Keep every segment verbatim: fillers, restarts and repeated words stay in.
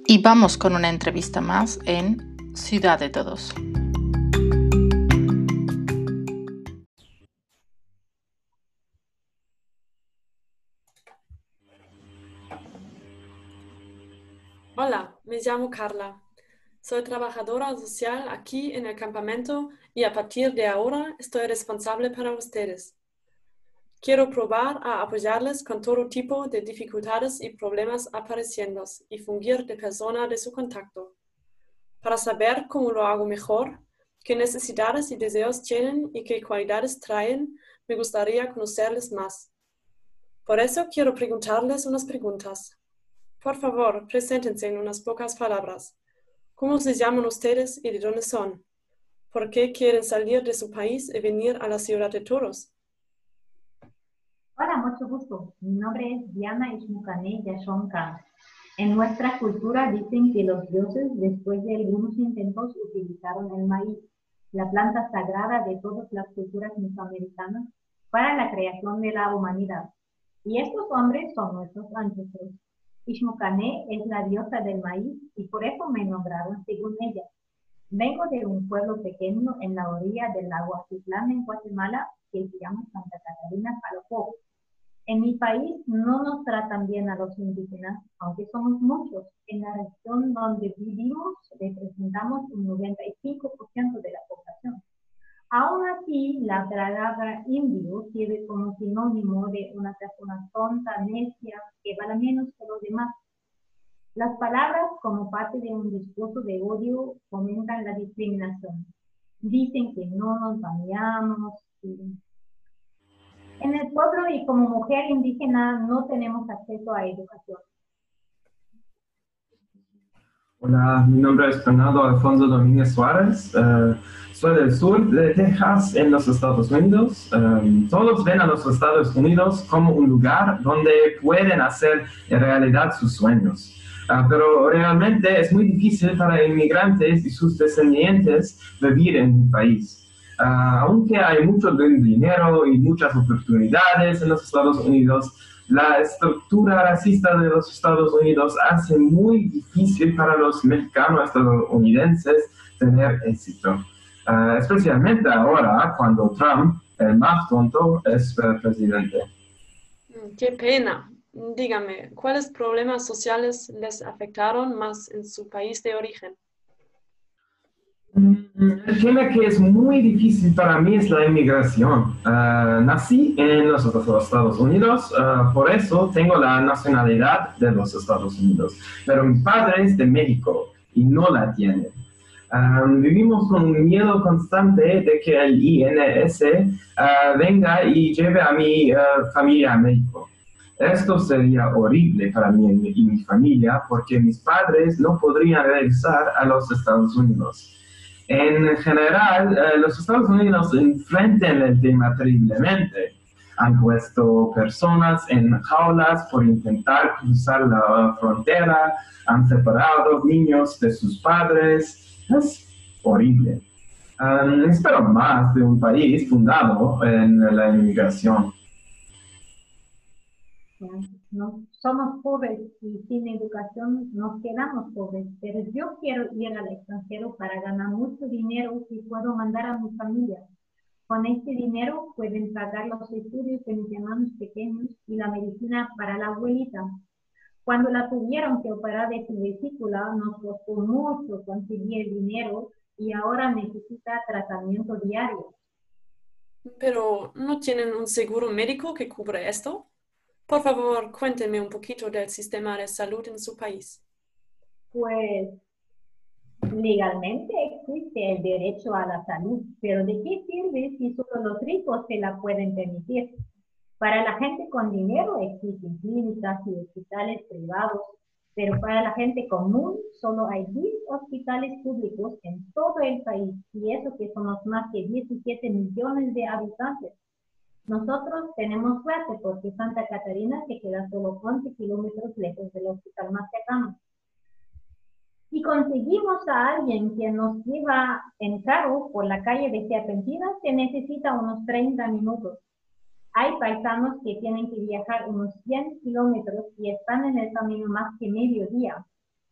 Y vamos con una entrevista más en Ciudad de Todos. Hola, me llamo Carla. Soy trabajadora social aquí en el campamento y a partir de ahora estoy responsable para ustedes. Quiero probar a apoyarles con todo tipo de dificultades y problemas apareciendo y fungir de persona de su contacto. Para saber cómo lo hago mejor, qué necesidades y deseos tienen y qué cualidades traen, me gustaría conocerles más. Por eso quiero preguntarles unas preguntas. Por favor, preséntense en unas pocas palabras. ¿Cómo se llaman ustedes y de dónde son? ¿Por qué quieren salir de su país y venir a la Ciudad de Todos? Hola, mucho gusto. Mi nombre es Diana Ishmukane Yashonka. En nuestra cultura dicen que los dioses, después de algunos intentos, utilizaron el maíz, la planta sagrada de todas las culturas mesoamericanas, para la creación de la humanidad. Y estos hombres son nuestros ancestros. Ishmukane es la diosa del maíz y por eso me nombraron según ella. Vengo de un pueblo pequeño en la orilla del lago Atitlán en Guatemala que se llama Santa Catarina Palopo. En mi país no nos tratan bien a los indígenas, aunque somos muchos. En la región donde vivimos representamos un noventa y cinco por ciento de la población. Aún así, la palabra indio sirve como sinónimo de una persona tonta, necia, que vale menos que los demás. Las palabras, como parte de un discurso de odio, fomentan la discriminación. Dicen que no nos bañamos. Y... En el pueblo y como mujer indígena no tenemos acceso a educación. Hola, mi nombre es Fernando Alfonso Domínguez Suárez. Uh, soy del sur de Texas, en los Estados Unidos. Um, todos ven a los Estados Unidos como un lugar donde pueden hacer realidad sus sueños. Uh, pero realmente es muy difícil para inmigrantes y sus descendientes vivir en mi país. Uh, aunque hay mucho dinero y muchas oportunidades en los Estados Unidos, la estructura racista de los Estados Unidos hace muy difícil para los mexicanos estadounidenses tener éxito. Uh, especialmente ahora, cuando Trump, el más tonto, es uh, presidente. Qué pena. Dígame, ¿cuáles problemas sociales les afectaron más en su país de origen? El tema que es muy difícil para mí es la inmigración. Uh, nací en los Estados Unidos, uh, por eso tengo la nacionalidad de los Estados Unidos. Pero mi padre es de México y no la tiene. Um, vivimos con un miedo constante de que el I N S uh, venga y lleve a mi uh, familia a México. Esto sería horrible para mí y mi, y mi familia porque mis padres no podrían regresar a los Estados Unidos. En general, eh, los Estados Unidos enfrentan el tema terriblemente. Han puesto personas en jaulas por intentar cruzar la frontera, han separado niños de sus padres. Es horrible. Um, espero más de un país fundado en la inmigración. No, somos pobres y sin educación nos quedamos pobres, pero yo quiero ir al extranjero para ganar mucho dinero y puedo mandar a mi familia. Con este dinero pueden pagar los estudios de mis hermanos pequeños y la medicina para la abuelita. Cuando la tuvieron que operar de su vesícula, nos costó mucho conseguir el dinero y ahora necesita tratamiento diario. ¿Pero no tienen un seguro médico que cubre esto? Por favor, cuéntenme un poquito del sistema de salud en su país. Pues legalmente existe el derecho a la salud, pero ¿de qué sirve si solo los ricos se la pueden permitir? Para la gente con dinero existen clínicas y hospitales privados, pero para la gente común solo hay diez hospitales públicos en todo el país, y eso que somos más que diecisiete millones de habitantes. Nosotros tenemos suerte porque Santa Catarina se queda solo once kilómetros lejos del hospital más cercano. Si conseguimos a alguien que nos lleva en carro por la calle de Serpentina, se necesita unos treinta minutos. Hay paisanos que tienen que viajar unos cien kilómetros y están en el camino más que medio día.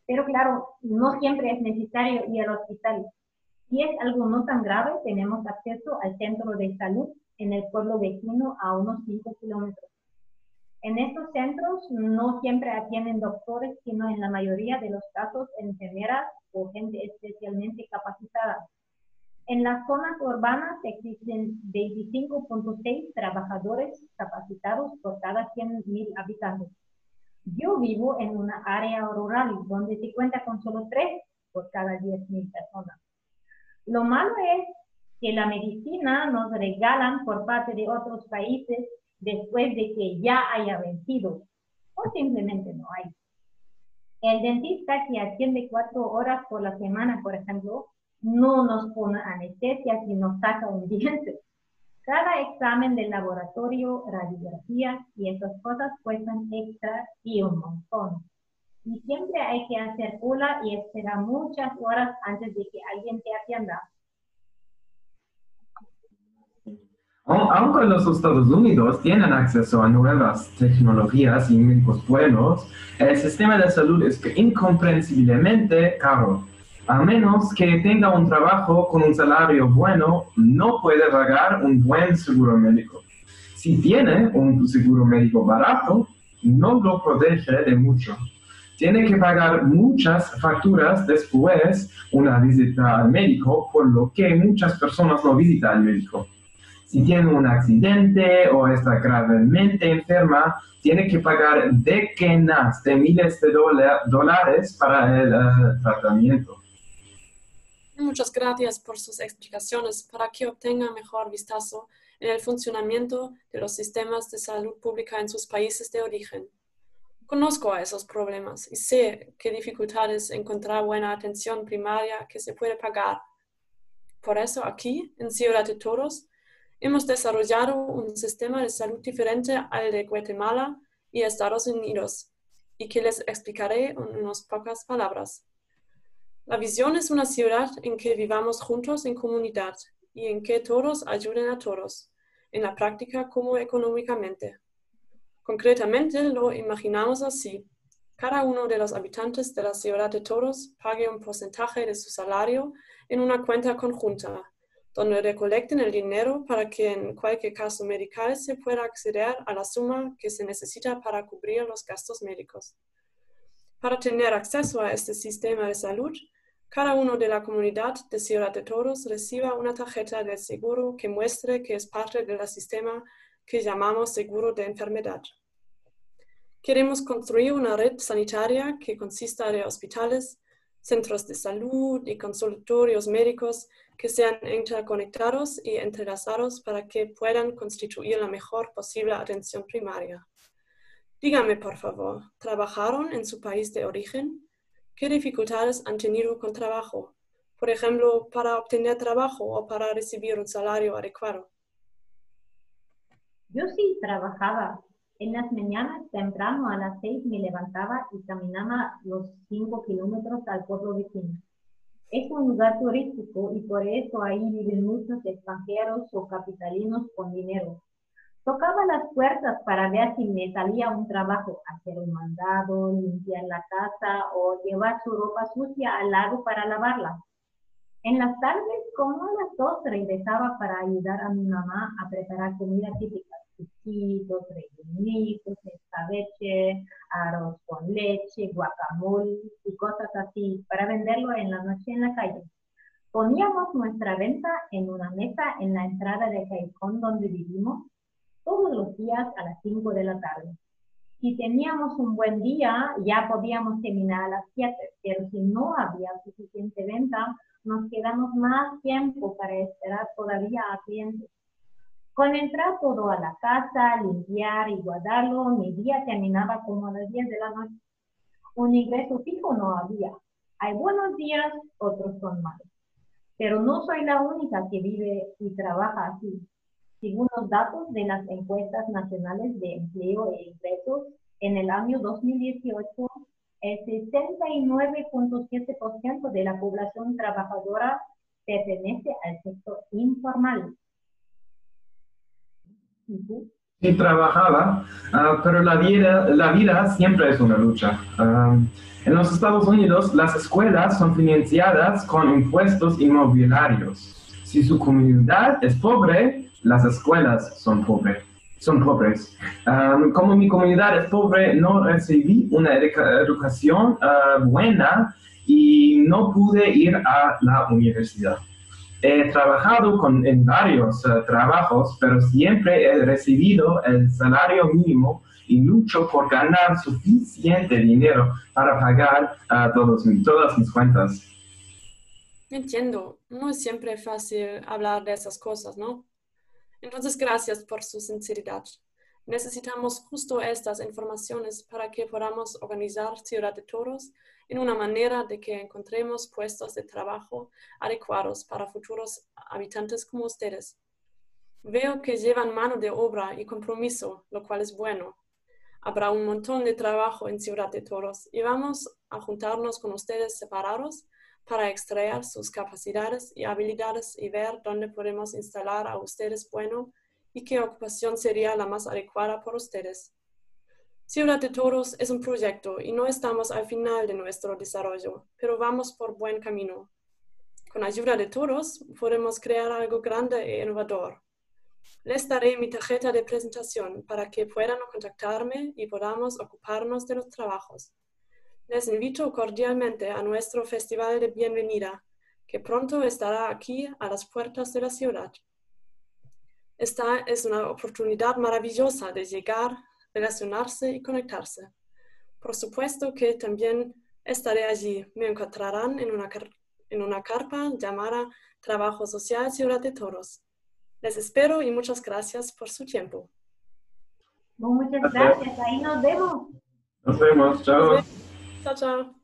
Pero claro, no siempre es necesario ir al hospital. Si es algo no tan grave, tenemos acceso al centro de salud en el pueblo vecino a unos cinco kilómetros. En estos centros no siempre atienden doctores, sino en la mayoría de los casos enfermeras o gente especialmente capacitada. En las zonas urbanas existen veinticinco punto seis trabajadores capacitados por cada cien mil habitantes. Yo vivo en una área rural donde se cuenta con solo tres por cada diez mil personas. Lo malo es que la medicina nos regalan por parte de otros países después de que ya haya vencido, o simplemente no hay. El dentista que atiende cuatro horas por la semana, por ejemplo, no nos pone anestesia si nos saca un diente. Cada examen de laboratorio, radiografía y esas cosas cuestan extra y un montón. Y siempre hay que hacer cola y esperar muchas horas antes de que alguien te atienda. Aunque los Estados Unidos tienen acceso a nuevas tecnologías y médicos buenos, el sistema de salud es incomprensiblemente caro. A menos que tenga un trabajo con un salario bueno, no puede pagar un buen seguro médico. Si tiene un seguro médico barato, no lo protege de mucho. Tiene que pagar muchas facturas después una visita al médico, por lo que muchas personas no visitan al médico. Si tiene un accidente o está gravemente enferma, tiene que pagar decenas de miles de dólares para el uh, tratamiento. Muchas gracias por sus explicaciones para que obtenga mejor vistazo en el funcionamiento de los sistemas de salud pública en sus países de origen. Conozco a esos problemas y sé qué dificultades encontrar buena atención primaria que se puede pagar. Por eso aquí, en Ciudad de Toros, hemos desarrollado un sistema de salud diferente al de Guatemala y Estados Unidos, y que les explicaré en unas pocas palabras. La visión es una ciudad en que vivamos juntos en comunidad y en que todos ayuden a todos, en la práctica como económicamente. Concretamente lo imaginamos así. Cada uno de los habitantes de la ciudad de Toros pague un porcentaje de su salario en una cuenta conjunta, donde recolecten el dinero para que en cualquier caso medical se pueda acceder a la suma que se necesita para cubrir los gastos médicos. Para tener acceso a este sistema de salud, cada uno de la comunidad de Ciudad de Toros reciba una tarjeta de seguro que muestre que es parte del sistema que llamamos seguro de enfermedad. Queremos construir una red sanitaria que consista de hospitales, centros de salud y consultorios médicos que sean interconectados y entrelazados para que puedan constituir la mejor posible atención primaria. Dígame, por favor, ¿trabajaron en su país de origen? ¿Qué dificultades han tenido con trabajo? Por ejemplo, para obtener trabajo o para recibir un salario adecuado. Yo sí trabajaba. En las mañanas temprano a las seis me levantaba y caminaba los cinco kilómetros al pueblo vecino. Es un lugar turístico y por eso ahí viven muchos extranjeros o capitalinos con dinero. Tocaba las puertas para ver si me salía un trabajo, hacer un mandado, limpiar la casa o llevar su ropa sucia al lago para lavarla. En las tardes, como a las dos, regresaba para ayudar a mi mamá a preparar comida típica. Chiquitos, rellenitos, escabeche, arroz con leche, guacamole y cosas así para venderlo en la noche en la calle. Poníamos nuestra venta en una mesa en la entrada del callejón donde vivimos todos los días a las cinco de la tarde. Si teníamos un buen día, ya podíamos terminar a las siete, pero si no había suficiente venta, nos quedamos más tiempo para esperar todavía a clientes. Con entrar todo a la casa, limpiar y guardarlo, mi día terminaba como a las diez de la noche. Un ingreso fijo no había. Hay buenos días, otros son malos. Pero no soy la única que vive y trabaja así. Según los datos de las encuestas nacionales de empleo e ingresos, en el año dos mil dieciocho, el sesenta y nueve punto siete por ciento de la población trabajadora pertenece al sector informal. ¿Y tú? Sí, trabajaba, ah, pero la vida, la vida siempre es una lucha. Ah, en los Estados Unidos, las escuelas son financiadas con impuestos inmobiliarios. Si su comunidad es pobre, las escuelas son pobres. Son pobres. Ah, como mi comunidad es pobre, no recibí una educa- educación ah, buena y no pude ir a la universidad. He trabajado con, en varios uh, trabajos, pero siempre he recibido el salario mínimo y lucho por ganar suficiente dinero para pagar uh, todos, todas mis cuentas. Entiendo, no es siempre fácil hablar de esas cosas, ¿no? Entonces, gracias por su sinceridad. Necesitamos justo estas informaciones para que podamos organizar Ciudad de Toros en una manera de que encontremos puestos de trabajo adecuados para futuros habitantes como ustedes. Veo que llevan mano de obra y compromiso, lo cual es bueno. Habrá un montón de trabajo en Ciudad de Toros y vamos a juntarnos con ustedes separados para extraer sus capacidades y habilidades y ver dónde podemos instalar a ustedes bueno y qué ocupación sería la más adecuada por ustedes. Ciudad de Toros es un proyecto y no estamos al final de nuestro desarrollo, pero vamos por buen camino. Con ayuda de todos podemos crear algo grande e innovador. Les daré mi tarjeta de presentación para que puedan contactarme y podamos ocuparnos de los trabajos. Les invito cordialmente a nuestro Festival de Bienvenida, que pronto estará aquí a las puertas de la ciudad. Esta es una oportunidad maravillosa de llegar, relacionarse y conectarse. Por supuesto que también estaré allí. Me encontrarán en una, en una carpa llamada Trabajo Social Ciudad de Toros. Les espero y muchas gracias por su tiempo. Muchas gracias. Ahí nos vemos. Nos vemos. Chao. Chao, chao.